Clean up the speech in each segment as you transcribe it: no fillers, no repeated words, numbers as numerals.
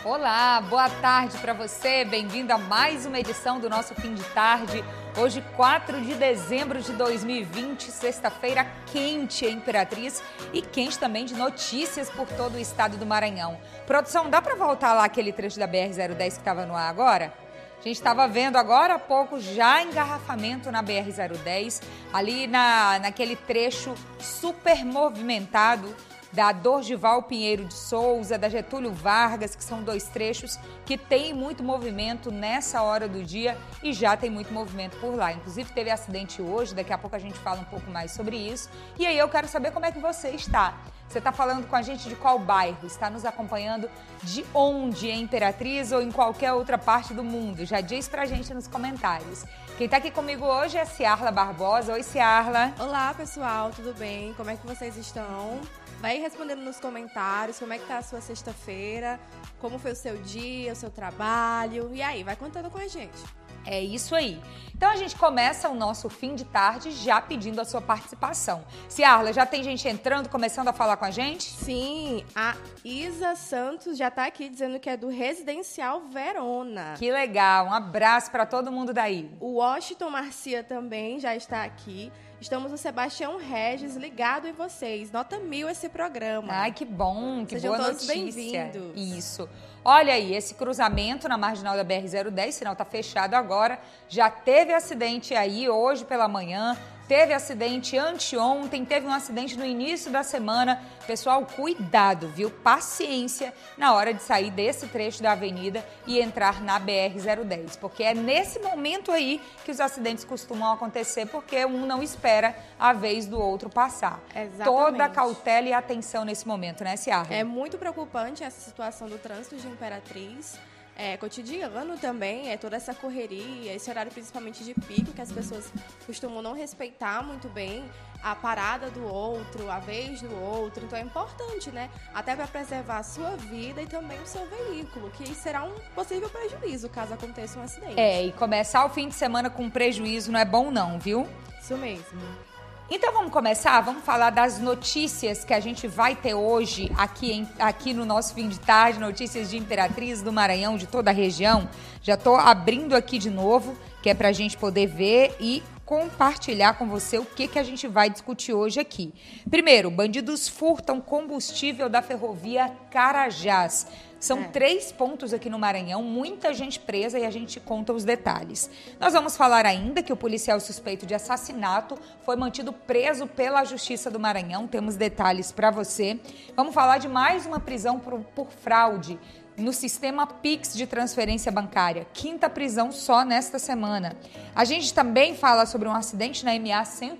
Olá, boa tarde para você, bem-vindo a mais uma edição do nosso Fim de Tarde. Hoje, 4 de dezembro de 2020, sexta-feira quente em Imperatriz e quente também de notícias por todo o estado do Maranhão. Produção, dá para voltar lá aquele trecho da BR-010 que estava no ar agora? A gente estava vendo agora há pouco já engarrafamento na BR-010, ali naquele trecho super movimentado da Dorgival Pinheiro de Souza, da Getúlio Vargas, que são dois trechos que tem muito movimento nessa hora do dia e já tem muito movimento por lá. Inclusive teve acidente hoje, daqui a pouco a gente fala um pouco mais sobre isso. E aí eu quero saber como é que você está. Você está falando com a gente de qual bairro? Está nos acompanhando de onde, em Imperatriz ou em qualquer outra parte do mundo? Já diz pra gente nos comentários. Quem está aqui comigo hoje é Ciarla Barbosa. Oi, Ciarla. Olá, pessoal, tudo bem? Como é que vocês estão? Vai respondendo nos comentários como é que tá a sua sexta-feira, como foi o seu dia, o seu trabalho. E aí, vai contando com a gente. É isso aí. Então a gente começa o nosso fim de tarde já pedindo a sua participação. Ciarla, já tem gente entrando, começando a falar com a gente? Sim, a Isa Santos já tá aqui dizendo que é do Residencial Verona. Que legal, um abraço para todo mundo daí. O Washington Marcia também já está aqui. Estamos no Sebastião Regis, ligado em vocês. Nota 1000 esse programa. Ai, que bom, que Sejam boa todos notícia. bem-vindos. Isso. Olha aí, esse cruzamento na marginal da BR-010, sinal está fechado agora. Já teve acidente aí hoje pela manhã. Teve acidente anteontem, teve um acidente no início da semana. Pessoal, cuidado, viu? Paciência na hora de sair desse trecho da avenida e entrar na BR-010, porque é nesse momento aí que os acidentes costumam acontecer, porque um não espera a vez do outro passar. Exatamente. Toda cautela e atenção nesse momento, né, Ciarla? É muito preocupante essa situação do trânsito de Imperatriz. É cotidiano também, é toda essa correria, esse horário principalmente de pico, que as pessoas costumam não respeitar muito bem a parada do outro, a vez do outro. Então é importante, né? Até para preservar a sua vida e também o seu veículo, que será um possível prejuízo caso aconteça um acidente. E começar o fim de semana com prejuízo não é bom não, viu? Isso mesmo. Então vamos começar? Vamos falar das notícias que a gente vai ter hoje aqui no nosso fim de tarde, notícias de Imperatriz, do Maranhão, de toda a região. Já estou abrindo aqui de novo, que é para a gente poder ver e compartilhar com você o que a gente vai discutir hoje aqui. Primeiro, bandidos furtam combustível da ferrovia Carajás. São 3 pontos aqui no Maranhão, muita gente presa e a gente conta os detalhes. Nós vamos falar ainda que o policial suspeito de assassinato foi mantido preso pela Justiça do Maranhão. Temos detalhes para você. Vamos falar de mais uma prisão por fraude no sistema Pix de transferência bancária. 5ª prisão só nesta semana. A gente também fala sobre um acidente na MA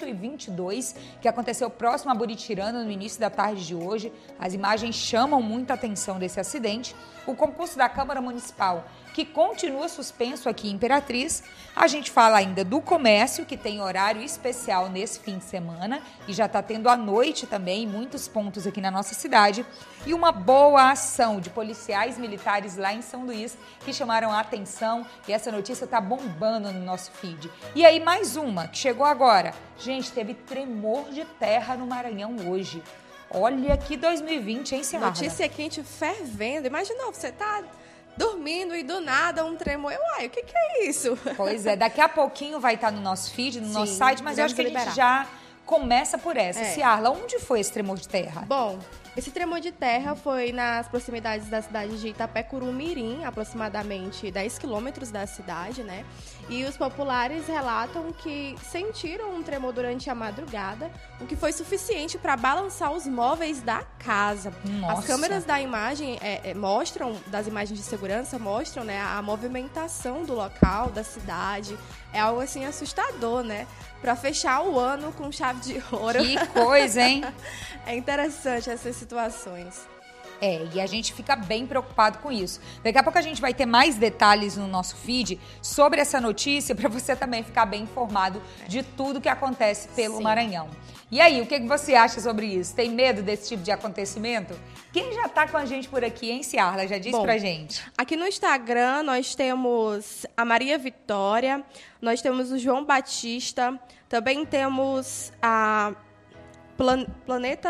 122 que aconteceu próximo a Buritirana no início da tarde de hoje. As imagens chamam muita atenção desse acidente. O concurso da Câmara Municipal, que continua suspenso aqui em Imperatriz. A gente fala ainda do comércio, que tem horário especial nesse fim de semana e já está tendo à noite também em muitos pontos aqui na nossa cidade. E uma boa ação de policiais militares lá em São Luís que chamaram a atenção e essa notícia está bombando no nosso feed. E aí mais uma que chegou agora. Gente, teve tremor de terra no Maranhão hoje. Olha que 2020, hein, Ciarla? Notícia quente fervendo. Imagina, você tá dormindo e do nada um tremor. O que é isso? Pois é, daqui a pouquinho vai estar no nosso feed, no nosso site, mas eu acho que a gente já começa por essa. Ciarla, onde foi esse tremor de terra? Bom, esse tremor de terra foi nas proximidades da cidade de Itapecuru-Mirim, aproximadamente 10 quilômetros da cidade, né? E os populares relatam que sentiram um tremor durante a madrugada, o que foi suficiente para balançar os móveis da casa. Nossa. As câmeras da imagem mostram, das imagens de segurança, mostram, né, a movimentação do local, da cidade. É algo assim assustador, né? Para fechar o ano com chave de ouro. Que coisa, hein? É interessante essas situações. E a gente fica bem preocupado com isso. Daqui a pouco a gente vai ter mais detalhes no nosso feed sobre essa notícia para você também ficar bem informado de tudo que acontece pelo Maranhão. E aí, o que você acha sobre isso? Tem medo desse tipo de acontecimento? Quem já tá com a gente por aqui, hein, Ciarla? Já disse pra gente. Aqui no Instagram nós temos a Maria Vitória, nós temos o João Batista, também temos a Planeta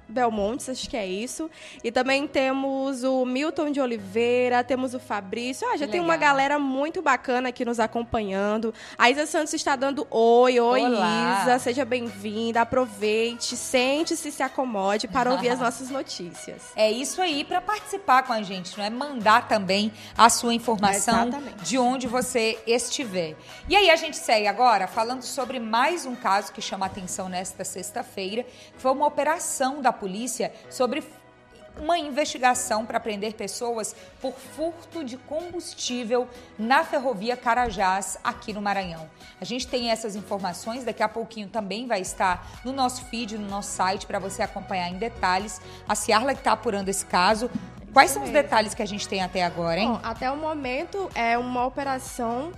Belmontes, acho que é isso. E também temos o Milton de Oliveira, temos o Fabrício. Já tem uma galera muito bacana aqui nos acompanhando. A Isa Santos está dando oi. Oi, olá. Isa, seja bem-vinda. Aproveite, sente-se, se acomode para ouvir as nossas notícias. É isso aí, para participar com a gente, não é? Mandar também a sua informação de onde você estiver. E aí a gente segue agora falando sobre mais um caso que chama a atenção nesta sexta-feira, que foi uma operação da polícia sobre uma investigação para prender pessoas por furto de combustível na ferrovia Carajás, aqui no Maranhão. A gente tem essas informações, daqui a pouquinho também vai estar no nosso feed, no nosso site, para você acompanhar em detalhes. A Ciarla que está apurando esse caso. Quais são os detalhes que a gente tem até agora, hein? Bom, até o momento é uma operação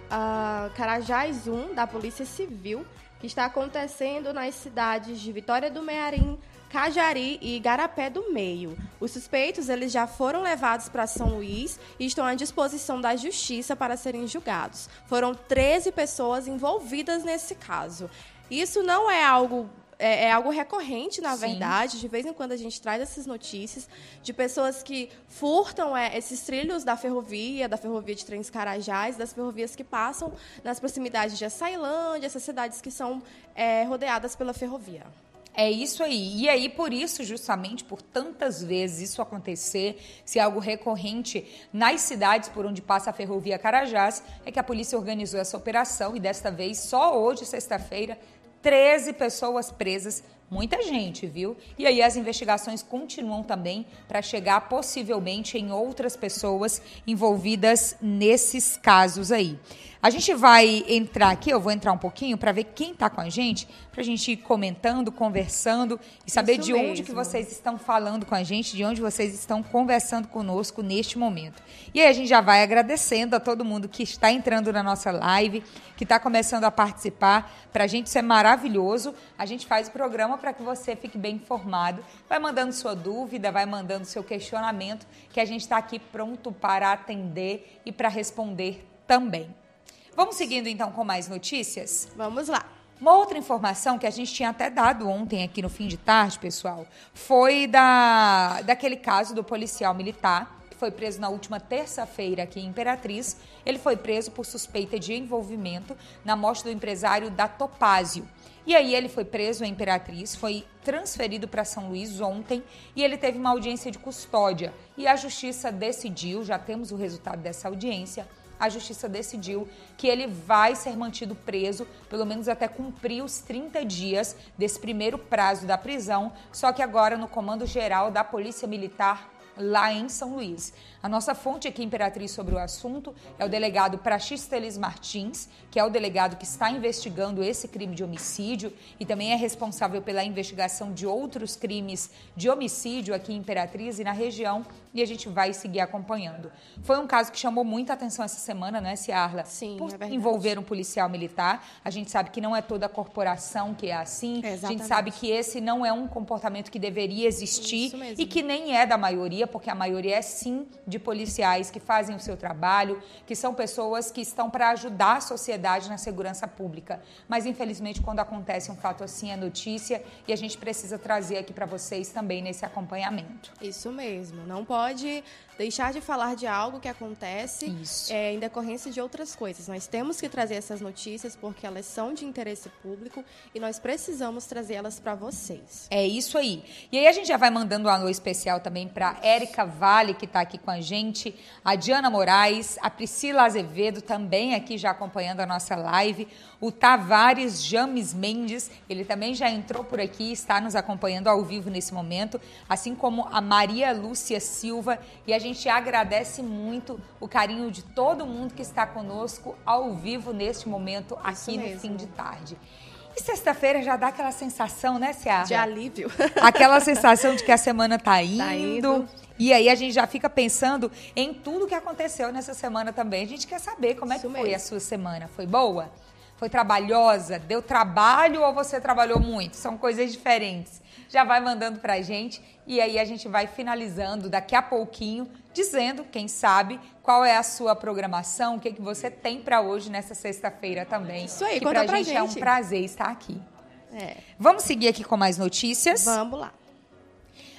Carajás 1 da Polícia Civil, que está acontecendo nas cidades de Vitória do Mearim, Cajari e Igarapé do Meio. Os suspeitos eles já foram levados para São Luís e estão à disposição da Justiça para serem julgados. Foram 13 pessoas envolvidas nesse caso. Isso não é algo... É algo recorrente, na verdade. De vez em quando a gente traz essas notícias de pessoas que furtam esses trilhos da ferrovia de Trens Carajás, das ferrovias que passam nas proximidades de Açailândia, essas cidades que são rodeadas pela ferrovia. É isso aí. E aí, por isso, justamente, por tantas vezes isso acontecer, se é algo recorrente nas cidades por onde passa a ferrovia Carajás, é que a polícia organizou essa operação e desta vez, só hoje, sexta-feira, 13 pessoas presas, muita gente, viu? E aí as investigações continuam também para chegar possivelmente em outras pessoas envolvidas nesses casos aí. A gente vai entrar aqui, eu vou entrar um pouquinho para ver quem está com a gente, para a gente ir comentando, conversando e saber de onde que vocês estão falando com a gente, de onde vocês estão conversando conosco neste momento. E aí a gente já vai agradecendo a todo mundo que está entrando na nossa live, que está começando a participar. Para a gente isso é maravilhoso. A gente faz o programa para que você fique bem informado. Vai mandando sua dúvida, vai mandando seu questionamento, que a gente está aqui pronto para atender e para responder também. Vamos seguindo, então, com mais notícias? Vamos lá. Uma outra informação que a gente tinha até dado ontem aqui no fim de tarde, pessoal, foi daquele caso do policial militar, que foi preso na última terça-feira aqui em Imperatriz. Ele foi preso por suspeita de envolvimento na morte do empresário da Topázio. E aí ele foi preso em Imperatriz, foi transferido para São Luís ontem e ele teve uma audiência de custódia. E a justiça decidiu, já temos o resultado dessa audiência, a justiça decidiu que ele vai ser mantido preso, pelo menos até cumprir os 30 dias desse primeiro prazo da prisão, só que agora no Comando Geral da Polícia Militar, lá em São Luís. A nossa fonte aqui em Imperatriz sobre o assunto é o delegado Praxísteles Martins, que é o delegado que está investigando esse crime de homicídio e também é responsável pela investigação de outros crimes de homicídio aqui em Imperatriz e na região, e a gente vai seguir acompanhando. Foi um caso que chamou muita atenção essa semana, não é, Ciarla? Sim, por é verdade. Envolver um policial militar. A gente sabe que não é toda a corporação que é assim. Exatamente. A gente sabe que esse não é um comportamento que deveria existir e que nem é da maioria, porque a maioria é sim de policiais que fazem o seu trabalho, que são pessoas que estão para ajudar a sociedade na segurança pública. Mas, infelizmente, quando acontece um fato assim, é notícia e a gente precisa trazer aqui para vocês também nesse acompanhamento. Isso mesmo. Não pode deixar de falar de algo que acontece em decorrência de outras coisas. Nós temos que trazer essas notícias porque elas são de interesse público e nós precisamos trazê-las para vocês. É isso aí. E aí a gente já vai mandando um alô especial também para Érica Vale, que está aqui com a gente, a Diana Moraes, a Priscila Azevedo, também aqui já acompanhando a nossa live, o Tavares James Mendes, ele também já entrou por aqui, está nos acompanhando ao vivo nesse momento, assim como a Maria Lúcia Silva, e a gente agradece muito o carinho de todo mundo que está conosco ao vivo neste momento aqui no fim de tarde. E sexta-feira já dá aquela sensação, né, Ciara? De alívio. Aquela sensação de que a semana tá indo. E aí a gente já fica pensando em tudo que aconteceu nessa semana também. A gente quer saber como é que foi a sua semana. Foi boa? Foi trabalhosa? Deu trabalho ou você trabalhou muito? São coisas diferentes. Já vai mandando pra gente e aí a gente vai finalizando daqui a pouquinho, dizendo, quem sabe, qual é a sua programação, o que você tem para hoje nessa sexta-feira também. Isso aí, que conta pra gente é um prazer estar aqui. Vamos seguir aqui com mais notícias? Vamos lá.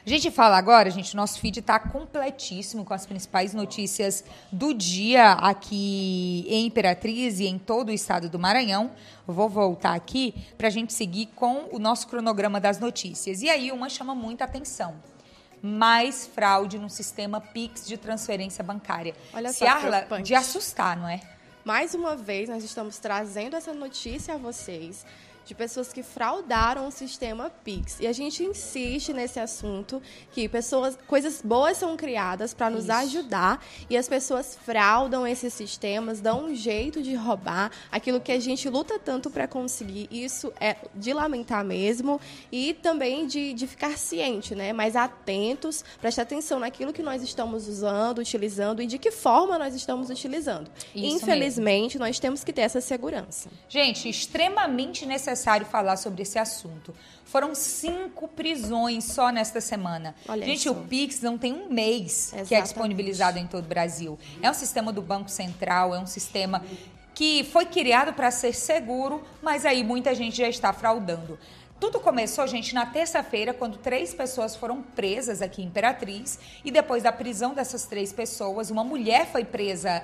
A gente fala agora, gente, o nosso feed está completíssimo com as principais notícias do dia aqui em Imperatriz e em todo o estado do Maranhão. Eu vou voltar aqui para a gente seguir com o nosso cronograma das notícias. E aí uma chama muita atenção. Mais fraude no sistema Pix de transferência bancária. Olha só, Ciarla, de assustar, não é? Mais uma vez, nós estamos trazendo essa notícia a vocês de pessoas que fraudaram o sistema Pix. E a gente insiste nesse assunto que coisas boas são criadas para nos ajudar e as pessoas fraudam esses sistemas, dão um jeito de roubar aquilo que a gente luta tanto para conseguir. Isso é de lamentar mesmo e também de ficar ciente, né? Mais atentos, prestar atenção naquilo que nós estamos usando, utilizando e de que forma nós estamos utilizando. Isso Infelizmente, nós temos que ter essa segurança. Gente, extremamente necessário falar sobre esse assunto. Foram 5 prisões só nesta semana. Olha gente, isso. o Pix não tem um mês Exatamente. que é disponibilizado em todo o Brasil. É um sistema do Banco Central, é um sistema que foi criado para ser seguro, mas aí muita gente já está fraudando. Tudo começou, gente, na terça-feira, quando 3 pessoas foram presas aqui em Imperatriz. E depois da prisão dessas 3 pessoas, uma mulher foi presa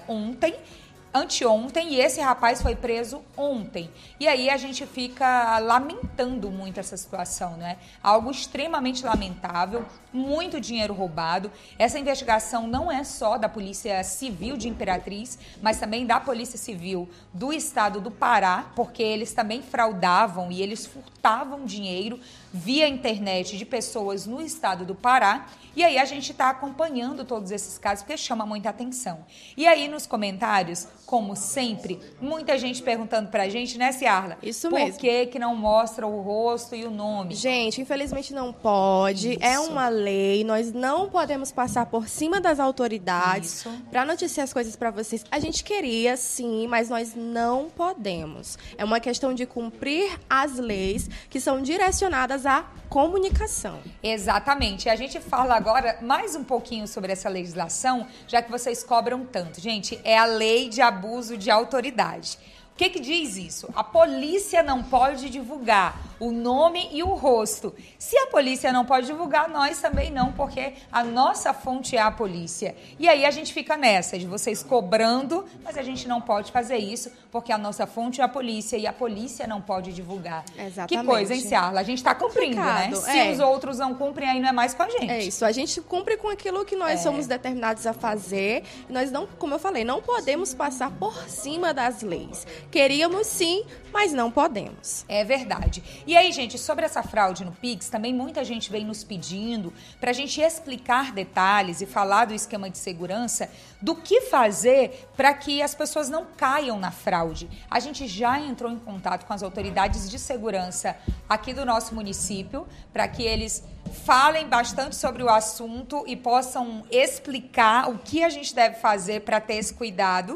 anteontem, e esse rapaz foi preso ontem. E aí a gente fica lamentando muito essa situação, né? Algo extremamente lamentável, muito dinheiro roubado. Essa investigação não é só da Polícia Civil de Imperatriz, mas também da Polícia Civil do Estado do Pará, porque eles também fraudavam e eles furtavam dinheiro via internet de pessoas no estado do Pará. E aí a gente está acompanhando todos esses casos porque chama muita atenção. E aí nos comentários, como sempre, muita gente perguntando pra gente, né, Ciarla? Isso por mesmo. que não mostra o rosto e o nome? Gente, infelizmente não pode. Isso. É uma lei. Nós não podemos passar por cima das autoridades para noticiar as coisas para vocês. A gente queria, sim, mas nós não podemos. É uma questão de cumprir as leis que são direcionadas à comunicação. Exatamente. E a gente fala agora mais um pouquinho sobre essa legislação, já que vocês cobram tanto. Gente, é a lei de abuso de autoridade. O que diz isso? A polícia não pode divulgar o nome e o rosto. Se a polícia não pode divulgar, nós também não, porque a nossa fonte é a polícia. E aí a gente fica nessa, de vocês cobrando, mas a gente não pode fazer isso, porque a nossa fonte é a polícia e a polícia não pode divulgar. Exatamente. Que coisa, hein, Ciarla? A gente está cumprindo, né? Se os outros não cumprem, aí não é mais com a gente. É isso, a gente cumpre com aquilo que nós somos determinados a fazer. Nós não, como eu falei, não podemos passar por cima das leis. Queríamos sim, mas não podemos. É verdade. E aí, gente, sobre essa fraude no Pix, também muita gente vem nos pedindo para a gente explicar detalhes e falar do esquema de segurança, do que fazer para que as pessoas não caiam na fraude. A gente já entrou em contato com as autoridades de segurança aqui do nosso município, para que eles falem bastante sobre o assunto e possam explicar o que a gente deve fazer para ter esse cuidado.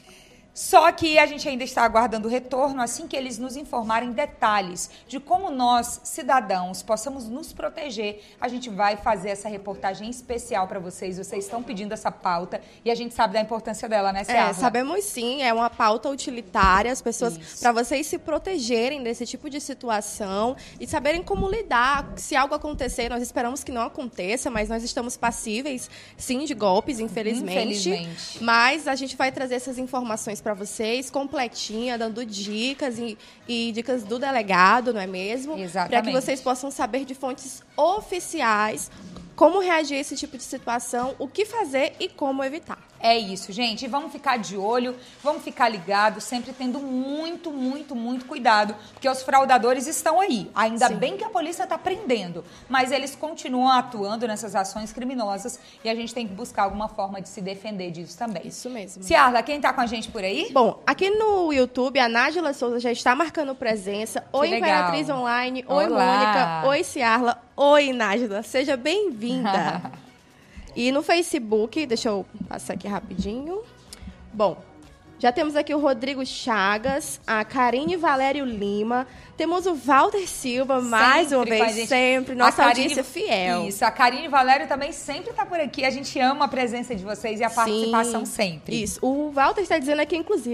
Só que a gente ainda está aguardando o retorno, assim que eles nos informarem detalhes de como nós, cidadãos, possamos nos proteger. A gente vai fazer essa reportagem especial para vocês. Vocês estão pedindo essa pauta e a gente sabe da importância dela, né, Ciarla? Sabemos sim, é uma pauta utilitária, as pessoas, para vocês se protegerem desse tipo de situação e saberem como lidar. Se algo acontecer, nós esperamos que não aconteça, mas nós estamos passíveis, sim, de golpes, infelizmente. Mas a gente vai trazer essas informações para vocês, completinha, dando dicas e dicas do delegado, não é mesmo? Exatamente. Para que vocês possam saber de fontes oficiais como reagir a esse tipo de situação, o que fazer e como evitar. É isso, gente. E vamos ficar de olho, vamos ficar ligados, sempre tendo muito, muito, muito cuidado, porque os fraudadores estão aí. Ainda bem que a polícia está prendendo, mas eles continuam atuando nessas ações criminosas e a gente tem que buscar alguma forma de se defender disso também. Isso mesmo. Ciarla, quem está com a gente por aí? Bom, aqui no YouTube, a Nájila Souza já está marcando presença. Oi, Imperatriz Online. Oi, Olá. Mônica. Oi, Ciarla. Oi, Nájila. Seja bem-vinda. E no Facebook, deixa eu passar aqui rapidinho. Bom, já temos aqui o Rodrigo Chagas, a Karine Valério Lima, temos o Walter Silva, mais uma vez, sempre, nossa audiência fiel. Isso, a Karine Valério também sempre está por aqui, a gente ama a presença de vocês e a participação sempre. Isso, o Walter está dizendo aqui, inclusive,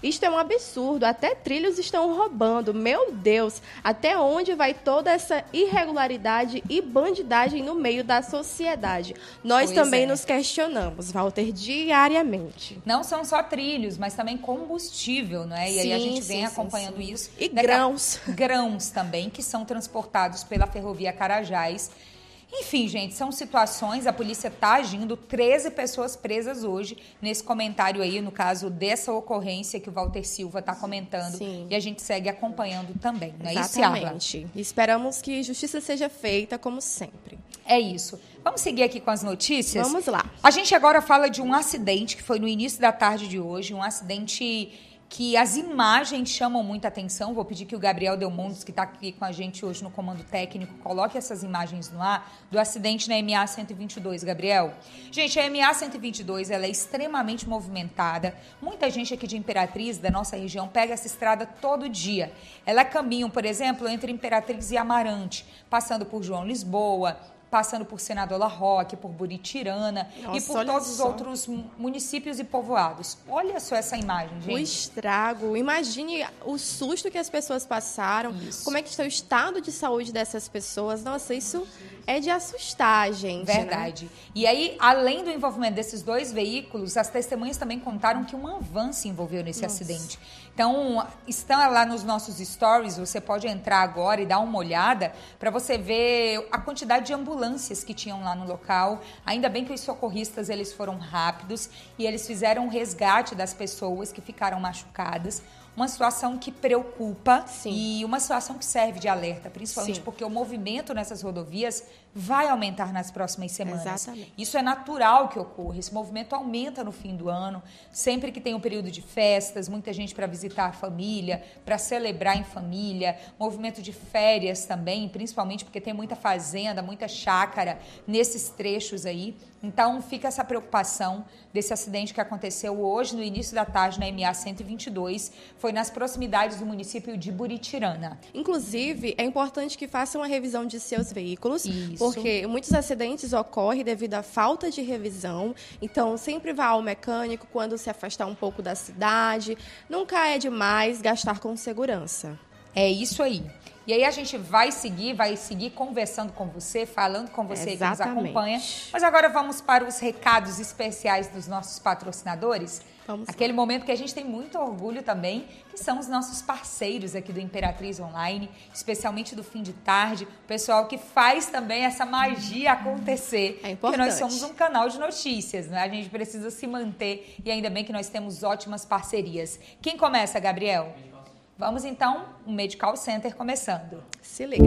Isto é um absurdo, até trilhos estão roubando. Meu Deus, até onde vai toda essa irregularidade e bandidagem no meio da sociedade? Nós também nos questionamos, Walter, diariamente. Não são só trilhos, mas também combustível, não é? E aí a gente vem acompanhando isso. E grãos. Grãos também, que são transportados pela Ferrovia Carajás. Enfim, gente, são situações, a polícia está agindo, 13 pessoas presas hoje, nesse comentário aí, no caso dessa ocorrência que o Walter Silva está comentando. Sim. E a gente segue acompanhando também, não é isso, Exatamente. Esperamos que justiça seja feita, como sempre. É isso. Vamos seguir aqui com as notícias? Vamos lá. A gente agora fala de um acidente que foi no início da tarde de hoje, um acidente que as imagens chamam muita atenção. Vou pedir que o Gabriel Delmontes, que está aqui com a gente hoje no comando técnico, coloque essas imagens no ar do acidente na MA 122, Gabriel. Gente, a MA 122 ela é extremamente movimentada. Muita gente aqui de Imperatriz, da nossa região, pega essa estrada todo dia. Ela caminha, por exemplo, entre Imperatriz e Amarante, passando por João Lisboa, passando por Senador La Roque, por Buritirana e por todos os outros municípios e povoados. Olha só essa imagem, gente. O estrago. Imagine o susto que as pessoas passaram. Isso. Como é que está o estado de saúde dessas pessoas. Nossa, isso é de assustar, gente. Verdade. Né? E aí, além do envolvimento desses dois veículos, as testemunhas também contaram que uma van se envolveu nesse acidente. Então, estão lá nos nossos stories, você pode entrar agora e dar uma olhada para você ver a quantidade de ambulâncias que tinham lá no local. Ainda bem que os socorristas eles foram rápidos e eles fizeram um resgate das pessoas que ficaram machucadas. Uma situação que preocupa. Sim. E uma situação que serve de alerta, principalmente Sim. porque o movimento nessas rodovias vai aumentar nas próximas semanas. Exatamente. Isso é natural que ocorra. Esse movimento aumenta no fim do ano, sempre que tem um período de festas, muita gente para visitar a família, para celebrar em família, movimento de férias também, principalmente porque tem muita fazenda, muita chácara nesses trechos aí. Então, fica essa preocupação desse acidente que aconteceu hoje, no início da tarde, na MA 122. Foi nas proximidades do município de Buritirana. Inclusive, é importante que façam a revisão de seus veículos, Isso. porque muitos acidentes ocorrem devido à falta de revisão. Então, sempre vá ao mecânico quando se afastar um pouco da cidade. Nunca é demais gastar com segurança. É isso aí. E aí a gente vai seguir conversando com você, falando com você que nos acompanha. Mas agora vamos para os recados especiais dos nossos patrocinadores. Vamos Aquele momento que a gente tem muito orgulho também, que são os nossos parceiros aqui do Imperatriz Online, especialmente do fim de tarde, o pessoal que faz também essa magia acontecer. É importante. Porque nós somos um canal de notícias, né? A gente precisa se manter e ainda bem que nós temos ótimas parcerias. Quem começa, Gabriel? Vamos então, o Medical Center começando. Se liga.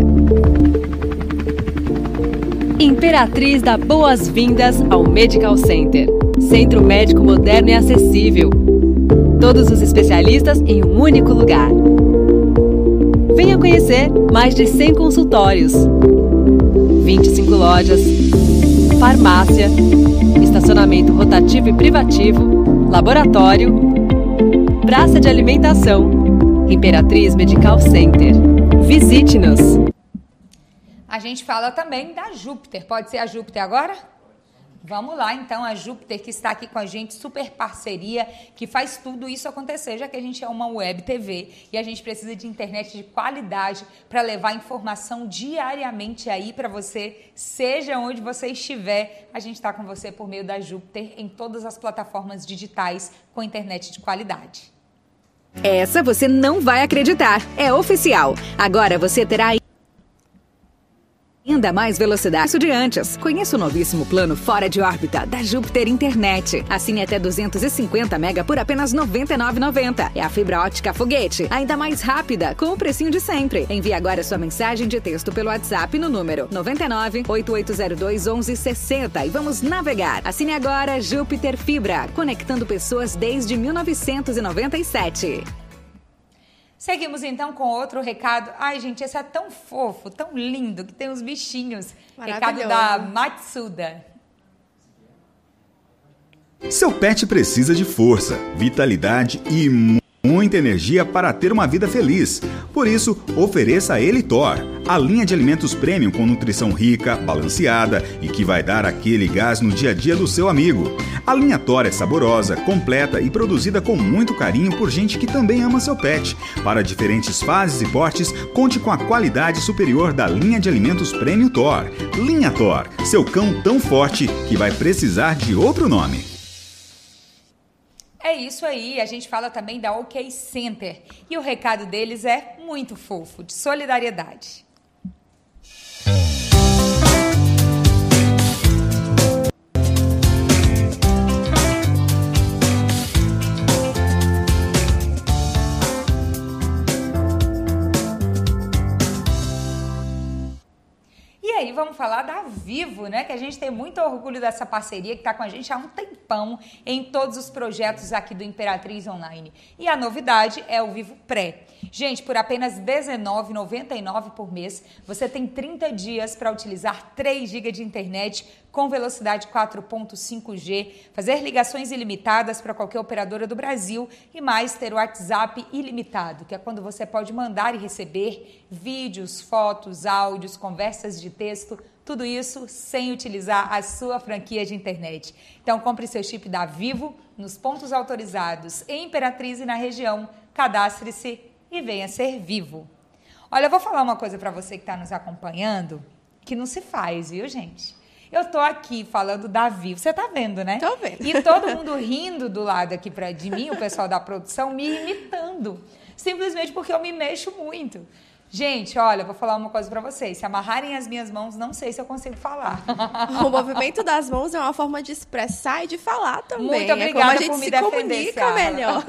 Imperatriz dá boas-vindas ao Medical Center. Centro médico moderno e acessível. Todos os especialistas em um único lugar. Venha conhecer mais de 100 consultórios, 25 lojas, farmácia, estacionamento rotativo e privativo, laboratório, praça de alimentação. Imperatriz Medical Center. Visite-nos. A gente fala também da Júpiter. Pode ser a Júpiter agora? Vamos lá, então, a Júpiter que está aqui com a gente, super parceria, que faz tudo isso acontecer, já que a gente é uma web TV e a gente precisa de internet de qualidade para levar informação diariamente aí para você, seja onde você estiver. A gente está com você por meio da Júpiter em todas as plataformas digitais com internet de qualidade. Essa você não vai acreditar. É oficial. Agora você terá ainda mais velocidade de antes. Conheça o novíssimo plano fora de órbita da Júpiter Internet. Assine até 250 mega por apenas R$ 99,90. É a fibra ótica foguete, ainda mais rápida, com o precinho de sempre. Envie agora sua mensagem de texto pelo WhatsApp no número 99-8802-1160 e vamos navegar. Assine agora Júpiter Fibra, conectando pessoas desde 1997. Seguimos então com outro recado. Ai, gente, esse é tão fofo, tão lindo, que tem os bichinhos. Recado da Matsuda. Seu pet precisa de força, vitalidade e muita muita energia para ter uma vida feliz. Por isso, ofereça a Elitor, a linha de alimentos premium com nutrição rica, balanceada e que vai dar aquele gás no dia a dia do seu amigo. A linha Thor é saborosa, completa e produzida com muito carinho por gente que também ama seu pet. Para diferentes fases e portes, conte com a qualidade superior da linha de alimentos Premium Thor. Linha Thor, seu cão tão forte que vai precisar de outro nome. É isso aí, a gente fala também da OK Center. E o recado deles é muito fofo, de solidariedade. E aí vamos falar da Vivo, né? Que a gente tem muito orgulho dessa parceria que está com a gente há um tempão em todos os projetos aqui do Imperatriz Online. E a novidade é o Vivo Pré. Gente, por apenas R$19,99 por mês, você tem 30 dias para utilizar 3 GB de internet com velocidade 4.5G, fazer ligações ilimitadas para qualquer operadora do Brasil e mais ter o WhatsApp ilimitado, que é quando você pode mandar e receber vídeos, fotos, áudios, conversas de texto, tudo isso sem utilizar a sua franquia de internet. Então compre seu chip da Vivo nos pontos autorizados em Imperatriz e na região, cadastre-se e venha ser Vivo. Olha, eu vou falar uma coisa para você que está nos acompanhando, que não se faz, viu, gente? Eu tô aqui falando da Vivo, você tá vendo, né? Tô vendo. E todo mundo rindo do lado aqui de mim, o pessoal da produção, me imitando. Simplesmente porque eu me mexo muito. Gente, olha, vou falar uma coisa pra vocês. Se amarrarem as minhas mãos, não sei se eu consigo falar. O movimento das mãos é uma forma de expressar e de falar também. Muito obrigada por me defender, a gente se comunica melhor.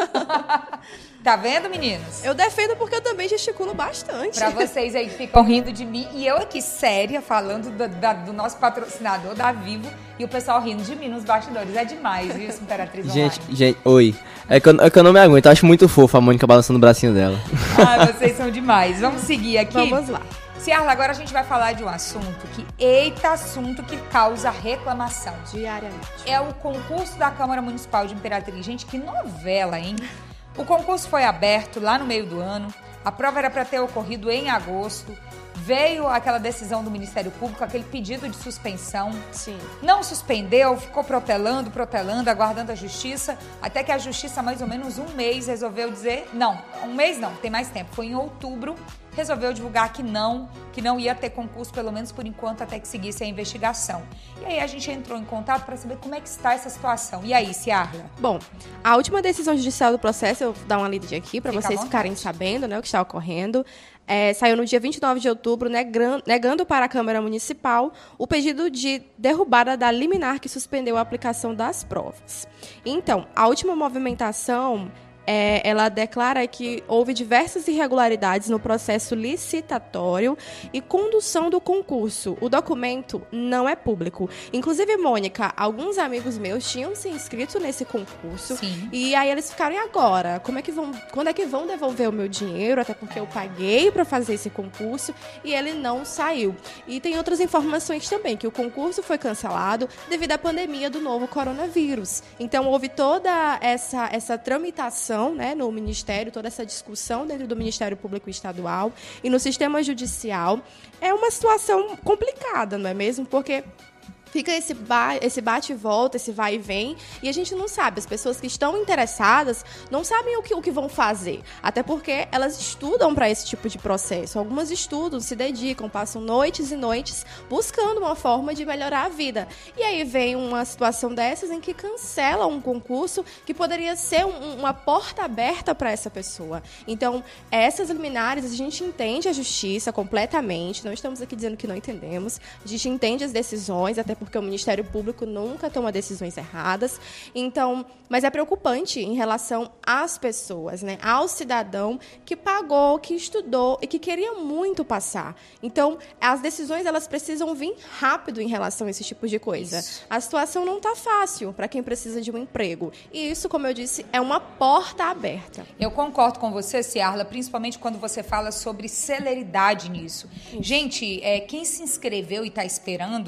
Tá vendo, meninos? Eu defendo porque eu também gesticulo bastante. Pra vocês aí que ficam rindo de mim. E eu aqui, séria, falando do nosso patrocinador, da Vivo. E o pessoal rindo de mim nos bastidores. É demais, viu, essa Imperatriz Online? Gente, oi. É que eu não me aguento. Eu acho muito fofa a Mônica balançando o bracinho dela. Ah, vocês são demais. Vamos seguir aqui? Vamos lá. Ciarla, agora a gente vai falar de um assunto que, eita assunto que causa reclamação. Diariamente. É o concurso da Câmara Municipal de Imperatriz. Gente, que novela, hein? O concurso foi aberto lá no meio do ano. A prova era para ter ocorrido em agosto. Veio aquela decisão do Ministério Público, aquele pedido de suspensão. Sim. Não suspendeu, ficou protelando, aguardando a Justiça, até que a Justiça, mais ou menos um mês, resolveu dizer... Não, um mês não, tem mais tempo. Foi em outubro, resolveu divulgar que não ia ter concurso, pelo menos por enquanto, até que seguisse a investigação. E aí a gente entrou em contato para saber como é que está essa situação. E aí, Ciarla? Bom, a última decisão judicial do processo, eu vou dar uma lida aqui para vocês ficarem sabendo, né, o que está ocorrendo. Saiu no dia 29 de outubro, negando para a Câmara Municipal o pedido de derrubada da liminar que suspendeu a aplicação das provas. Então, a última movimentação... ela declara que houve diversas irregularidades no processo licitatório e condução do concurso. O documento não é público. Inclusive, Mônica, alguns amigos meus tinham se inscrito nesse concurso. Sim. E aí eles ficaram, e agora? Quando é que vão devolver o meu dinheiro? Até porque eu paguei para fazer esse concurso e ele não saiu. E tem outras informações também, que o concurso foi cancelado devido à pandemia do novo coronavírus. Então, houve toda essa tramitação, né, no Ministério, toda essa discussão dentro do Ministério Público Estadual e no sistema judicial. É uma situação complicada, não é mesmo? Porque fica esse bate e volta, esse vai e vem, e a gente não sabe. As pessoas que estão interessadas não sabem o que vão fazer, até porque elas estudam para esse tipo de processo. Algumas estudam, se dedicam, passam noites e noites buscando uma forma de melhorar a vida. E aí vem uma situação dessas em que cancela um concurso que poderia ser uma porta aberta para essa pessoa. Então, essas liminares, a gente entende a justiça completamente, não estamos aqui dizendo que não entendemos, a gente entende as decisões, até porque o Ministério Público nunca toma decisões erradas. Então, mas é preocupante em relação às pessoas, né? Ao cidadão que pagou, que estudou e que queria muito passar. Então, as decisões elas precisam vir rápido em relação a esse tipo de coisa. Isso. A situação não está fácil para quem precisa de um emprego. E isso, como eu disse, é uma porta aberta. Eu concordo com você, Ciarla, principalmente quando você fala sobre celeridade nisso. Isso. Gente, quem se inscreveu e está esperando,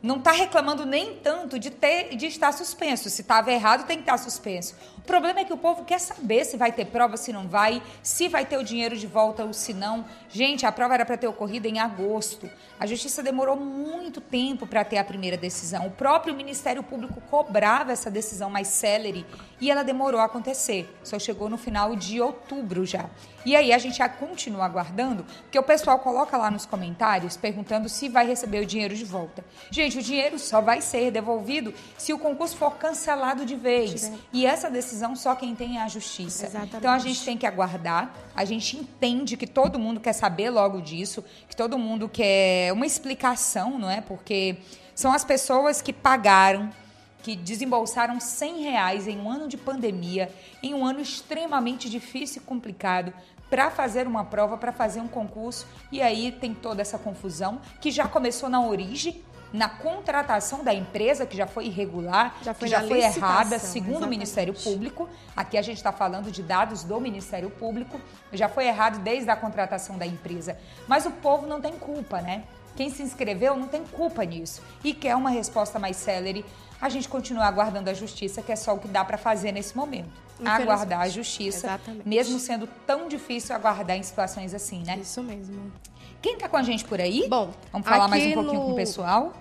não está reclamando nem tanto de estar suspenso. Se estava errado, tem que estar suspenso. O problema é que o povo quer saber se vai ter prova, se não vai, se vai ter o dinheiro de volta ou se não. Gente, a prova era para ter ocorrido em agosto. A Justiça demorou muito tempo para ter a primeira decisão. O próprio Ministério Público cobrava essa decisão mais célere e ela demorou a acontecer. Só chegou no final de outubro já. E aí a gente já continua aguardando, porque o pessoal coloca lá nos comentários perguntando se vai receber o dinheiro de volta. Gente, o dinheiro só vai ser devolvido se o concurso for cancelado de vez. E essa decisão só quem tem é a Justiça. Exatamente. Então a gente tem que aguardar. A gente entende que todo mundo quer saber logo disso, que todo mundo quer uma explicação, não é? Porque são as pessoas que pagaram, que desembolsaram R$100 em um ano de pandemia, em um ano extremamente difícil e complicado, para fazer uma prova, para fazer um concurso. E aí tem toda essa confusão, que já começou na origem, na contratação da empresa, que já foi irregular, que já foi errada, segundo o Ministério Público. Aqui a gente está falando de dados do Ministério Público. Já foi errado desde a contratação da empresa. Mas o povo não tem culpa, né? Quem se inscreveu não tem culpa nisso e quer uma resposta mais célere. A gente continua aguardando a Justiça, que é só o que dá para fazer nesse momento. Aguardar a Justiça, Exatamente. mesmo sendo tão difícil aguardar em situações assim, né? Isso mesmo. Quem tá com a gente por aí? Bom, vamos falar mais um aqui pouquinho com o pessoal?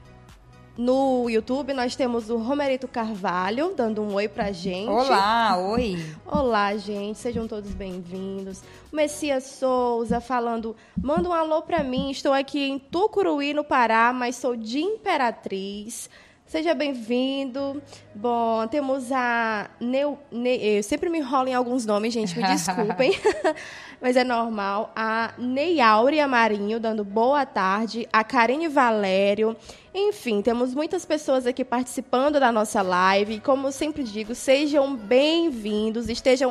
No YouTube, nós temos o Romerito Carvalho, dando um oi pra gente. Olá, oi. Olá, gente. Sejam todos bem-vindos. O Messias Souza falando, manda um alô pra mim. Estou aqui em Tucuruí, no Pará, mas sou de Imperatriz. Seja bem-vindo. Bom, temos a... eu sempre me enrolo em alguns nomes, gente, me desculpem. Mas é normal. A Neiáurea Marinho, dando boa tarde. A Karine Valério. Enfim, temos muitas pessoas aqui participando da nossa live. Como eu sempre digo, sejam bem-vindos, estejam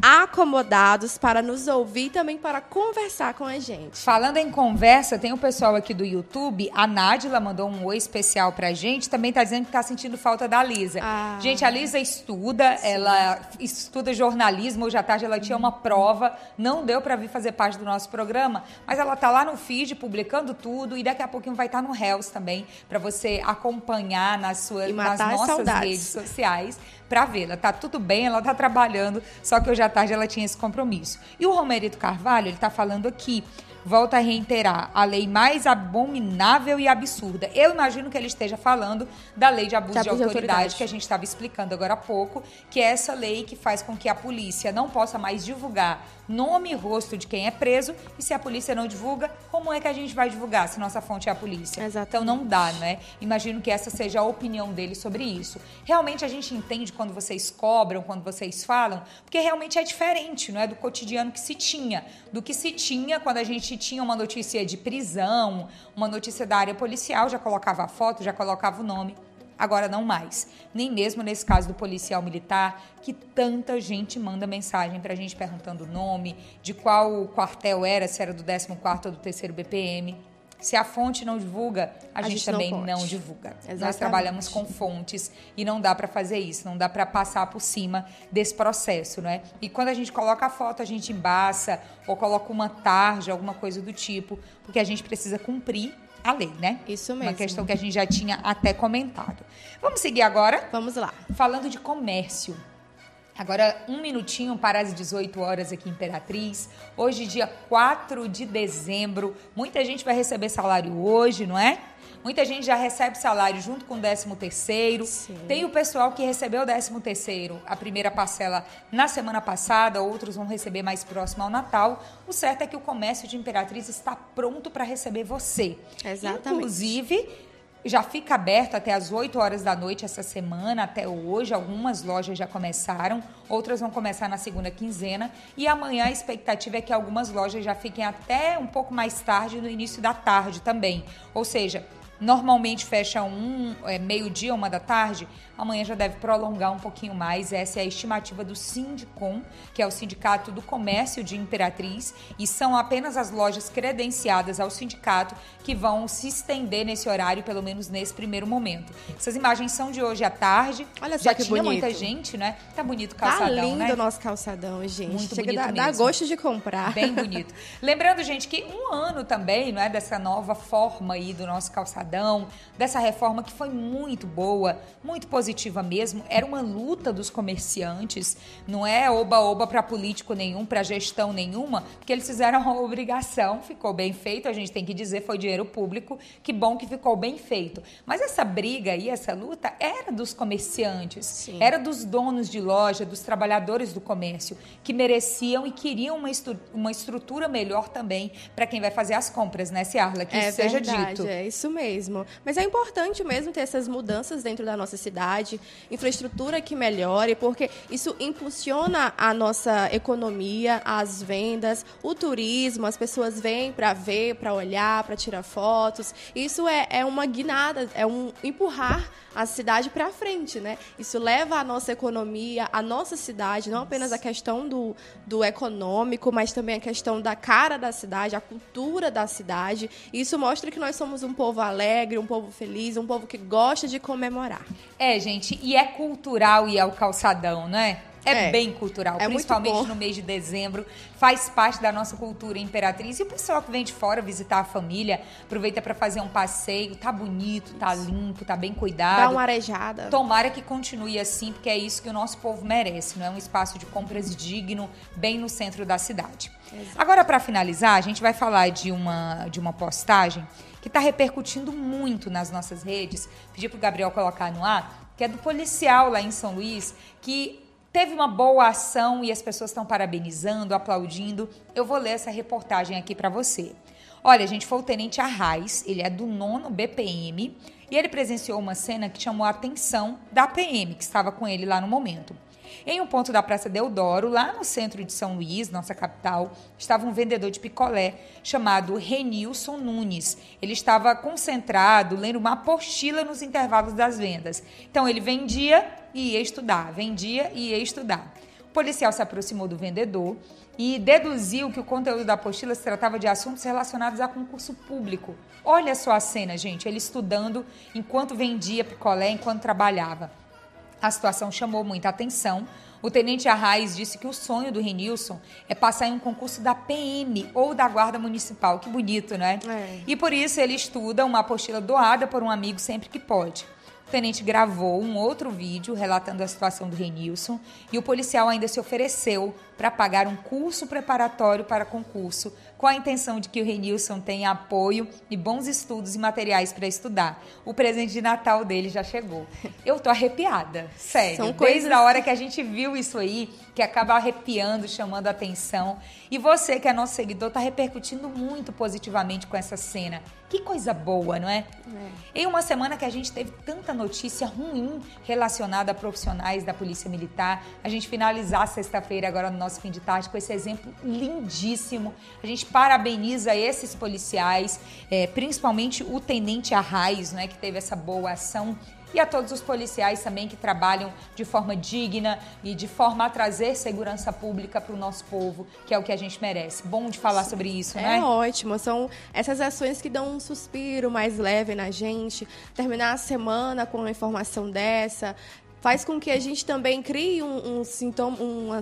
acomodados para nos ouvir e também para conversar com a gente. Falando em conversa, tem o pessoal aqui do YouTube, a Nádila mandou um oi especial pra gente, também tá dizendo que tá sentindo falta da Lisa. Gente, a Lisa estuda, ela estuda jornalismo, hoje à tarde ela tinha uma prova, não deu pra vir fazer parte do nosso programa, mas ela tá lá no feed publicando tudo e daqui a pouquinho vai estar no Reels também, pra você acompanhar nas nossas redes sociais. Pra vê-la. Tá tudo bem, ela tá trabalhando, só que hoje à tarde ela tinha esse compromisso. E o Romerito Carvalho, ele tá falando aqui, volta a reiterar, a lei mais abominável e absurda. Eu imagino que ele esteja falando da lei de abuso de autoridade, que a gente estava explicando agora há pouco, que é essa lei que faz com que a polícia não possa mais divulgar nome e rosto de quem é preso, e se a polícia não divulga, como é que a gente vai divulgar se nossa fonte é a polícia? Exatamente. Então não dá, né? Imagino que essa seja a opinião dele sobre isso. Realmente a gente entende quando vocês cobram, quando vocês falam, porque realmente é diferente, não é? Do cotidiano que se tinha, do que se tinha quando a gente tinha uma notícia de prisão, uma notícia da área policial, já colocava a foto, já colocava o nome. Agora não mais. Nem mesmo nesse caso do policial militar, que tanta gente manda mensagem pra gente perguntando o nome, de qual quartel era, se era do 14º ou do 3º BPM. Se a fonte não divulga, a gente também não divulga. Exatamente. Nós trabalhamos com fontes e não dá para fazer isso, não dá para passar por cima desse processo, não é? E quando a gente coloca a foto, a gente embaça ou coloca uma tarja, alguma coisa do tipo, porque a gente precisa cumprir a lei, né? Isso mesmo. Uma questão que a gente já tinha até comentado. Vamos seguir agora? Vamos lá. Falando de comércio. Agora, 1 minutinho para as 18 horas aqui em Imperatriz. Hoje, dia 4 de dezembro. Muita gente vai receber salário hoje, não é? Muita gente já recebe salário junto com o 13º. Sim. Tem o pessoal que recebeu o 13º, a primeira parcela na semana passada, outros vão receber mais próximo ao Natal. O certo é que o comércio de Imperatriz está pronto para receber você. Exatamente. Inclusive, já fica aberto até as 8 horas da noite essa semana, até hoje. Algumas lojas já começaram, outras vão começar na segunda quinzena. E amanhã a expectativa é que algumas lojas já fiquem até um pouco mais tarde, no início da tarde também. Ou seja, normalmente fecha meio-dia, 1 da tarde, amanhã já deve prolongar um pouquinho mais. Essa é a estimativa do Sindicom, que é o Sindicato do Comércio de Imperatriz, e são apenas as lojas credenciadas ao sindicato que vão se estender nesse horário, pelo menos nesse primeiro momento. Essas imagens são de hoje à tarde. Olha só já que tinha bonito. Muita gente, né? Tá bonito o calçadão, tá lindo, né? o nosso calçadão, gente. Muito Chega bonito dá mesmo. gosto de comprar. Bem bonito. Lembrando, gente, que 1 ano também, não é, dessa nova forma aí do nosso calçadão. calçadão, dessa reforma que foi muito boa, muito positiva mesmo. Era uma luta dos comerciantes, não é oba-oba para político nenhum, para gestão nenhuma, porque eles fizeram a obrigação, ficou bem feito, a gente tem que dizer, foi dinheiro público, que bom que ficou bem feito. Mas essa briga aí, essa luta, era dos comerciantes, sim, era dos donos de loja, dos trabalhadores do comércio, que mereciam e queriam uma estrutura melhor também para quem vai fazer as compras, né, Ciarla? Que isso seja dito. É isso mesmo. Mas é importante mesmo ter essas mudanças dentro da nossa cidade, infraestrutura que melhore, porque isso impulsiona a nossa economia, as vendas, o turismo, as pessoas vêm para ver, para olhar, para tirar fotos. Isso é uma guinada, é um empurrar a cidade para frente, né? Isso leva a nossa economia, a nossa cidade, não apenas a questão do econômico, mas também a questão da cara da cidade, a cultura da cidade. E isso mostra que nós somos um povo alegre, um povo feliz, um povo que gosta de comemorar. Gente, e é cultural e é o calçadão, não é? É bem cultural, principalmente no mês de dezembro, faz parte da nossa cultura Imperatriz. E o pessoal que vem de fora visitar a família, aproveita para fazer um passeio, tá bonito, tá limpo, tá bem cuidado. Dá uma arejada. Tomara que continue assim, porque é isso que o nosso povo merece, não é? Um espaço de compras digno, bem no centro da cidade. Exato. Agora, para finalizar, a gente vai falar de uma postagem que está repercutindo muito nas nossas redes. Pedi para o Gabriel colocar no ar, que é do policial lá em São Luís, que teve uma boa ação e as pessoas estão parabenizando, aplaudindo. Eu vou ler essa reportagem aqui para você. Olha, gente, foi o Tenente Arraes, ele é do 9º BPM e ele presenciou uma cena que chamou a atenção da PM, que estava com ele lá no momento. Em um ponto da Praça Deodoro, lá no centro de São Luís, nossa capital, estava um vendedor de picolé chamado Renilson Nunes. Ele estava concentrado, lendo uma apostila nos intervalos das vendas. Então, ele vendia e ia estudar, vendia e ia estudar. O policial se aproximou do vendedor e deduziu que o conteúdo da apostila se tratava de assuntos relacionados a concurso público. Olha só a cena, gente, ele estudando enquanto vendia picolé, enquanto trabalhava. A situação chamou muita atenção. O Tenente Arraes disse que o sonho do Renilson é passar em um concurso da PM ou da Guarda Municipal. Que bonito, né? E por isso ele estuda uma apostila doada por um amigo sempre que pode. O tenente gravou um outro vídeo relatando a situação do Renilson e o policial ainda se ofereceu para pagar um curso preparatório para concurso, com a intenção de que o Renilson tenha apoio e bons estudos e materiais para estudar. O presente de Natal dele já chegou. Eu tô arrepiada, sério. Desde a hora que a gente viu isso aí, que acaba arrepiando, chamando a atenção. E você, que é nosso seguidor, tá repercutindo muito positivamente com essa cena. Que coisa boa, não é? Em uma semana que a gente teve tanta notícia ruim relacionada a profissionais da Polícia Militar, a gente finalizar a sexta-feira agora no nosso fim de tarde com esse exemplo lindíssimo. A gente parabeniza esses policiais, principalmente o Tenente Arraes, né, que teve essa boa ação. E a todos os policiais também que trabalham de forma digna e de forma a trazer segurança pública para o nosso povo, que é o que a gente merece. Bom de falar sobre isso, né? É ótimo. São essas ações que dão um suspiro mais leve na gente. Terminar a semana com uma informação dessa faz com que a gente também crie um sintoma,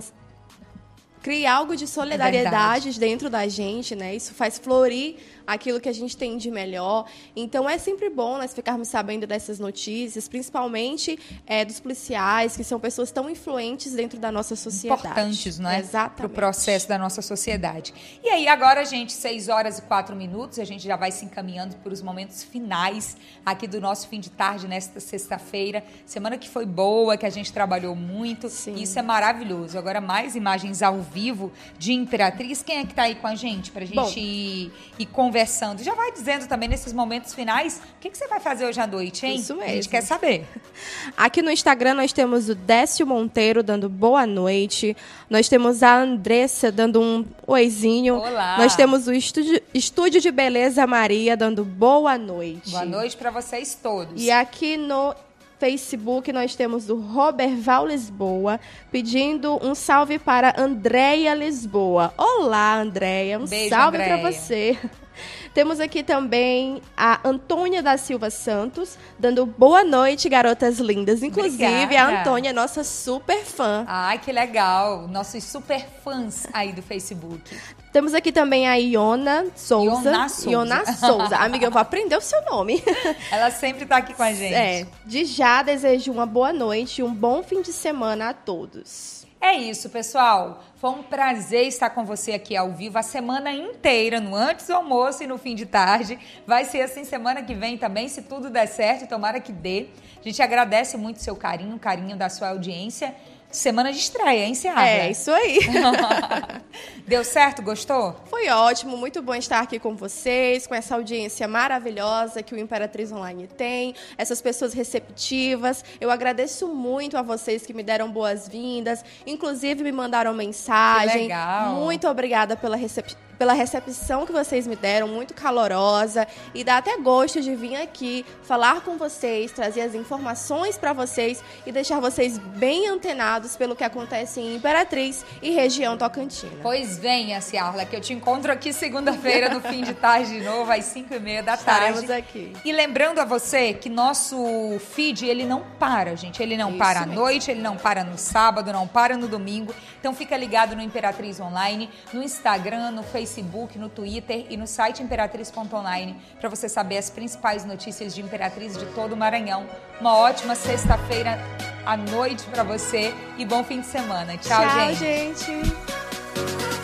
crie algo de solidariedade dentro da gente, né? Isso faz florir aquilo que a gente tem de melhor. Então, é sempre bom nós ficarmos sabendo dessas notícias, principalmente dos policiais, que são pessoas tão influentes dentro da nossa sociedade. Importantes, não é? Exatamente. Para o processo da nossa sociedade. E aí, agora, gente, 6h04, a gente já vai se encaminhando para os momentos finais aqui do nosso fim de tarde, nesta sexta-feira. Semana que foi boa, que a gente trabalhou muito. Sim. Isso é maravilhoso. Agora, mais imagens ao vivo de Imperatriz. Quem é que está aí com a gente para a gente ir conversando? Já vai dizendo também nesses momentos finais o que você vai fazer hoje à noite, hein? Isso mesmo. A gente quer saber. Aqui no Instagram nós temos o Décio Monteiro dando boa noite. Nós temos a Andressa dando um oizinho. Olá. Nós temos o Estúdio de Beleza Maria dando boa noite. Boa noite para vocês todos. E aqui no Facebook nós temos o Roberval Lisboa pedindo um salve para Andréia Lisboa. Olá, Andréia. Um beijo, salve para você. Temos aqui também a Antônia da Silva Santos, dando boa noite, garotas lindas. Inclusive, Obrigada. a Antônia é nossa super fã. Ai, que legal. Nossos super fãs aí do Facebook. Temos aqui também a Iona Souza. Iona Souza. Amiga, eu vou aprender o seu nome. Ela sempre tá aqui com a gente. De já desejo uma boa noite e um bom fim de semana a todos. É isso, pessoal. Foi um prazer estar com você aqui ao vivo a semana inteira, no antes do almoço e no fim de tarde. Vai ser assim semana que vem também, se tudo der certo, tomara que dê. A gente agradece muito o seu carinho, o carinho da sua audiência. Semana de estreia, hein, Seara? É, isso aí. Deu certo? Gostou? Foi ótimo, muito bom estar aqui com vocês, com essa audiência maravilhosa que o Imperatriz Online tem, essas pessoas receptivas. Eu agradeço muito a vocês que me deram boas-vindas, inclusive me mandaram mensagem. Que legal. Muito obrigada pela recepção que vocês me deram, muito calorosa, e dá até gosto de vir aqui falar com vocês, trazer as informações para vocês e deixar vocês bem antenados pelo que acontece em Imperatriz e região Tocantina. Pois venha, Ciarla, que eu te encontro aqui segunda-feira no fim de tarde de novo, às 5h30 da tarde. Estaremos aqui. E lembrando a você que nosso feed, ele não para, gente. Ele não para à noite, ele não para no sábado, não para no domingo. Então fica ligado no Imperatriz Online, no Instagram, no Facebook, no Twitter e no site imperatriz.online para você saber as principais notícias de Imperatriz de todo o Maranhão. Uma ótima sexta-feira à noite para você e bom fim de semana. Tchau, gente. Tchau, gente.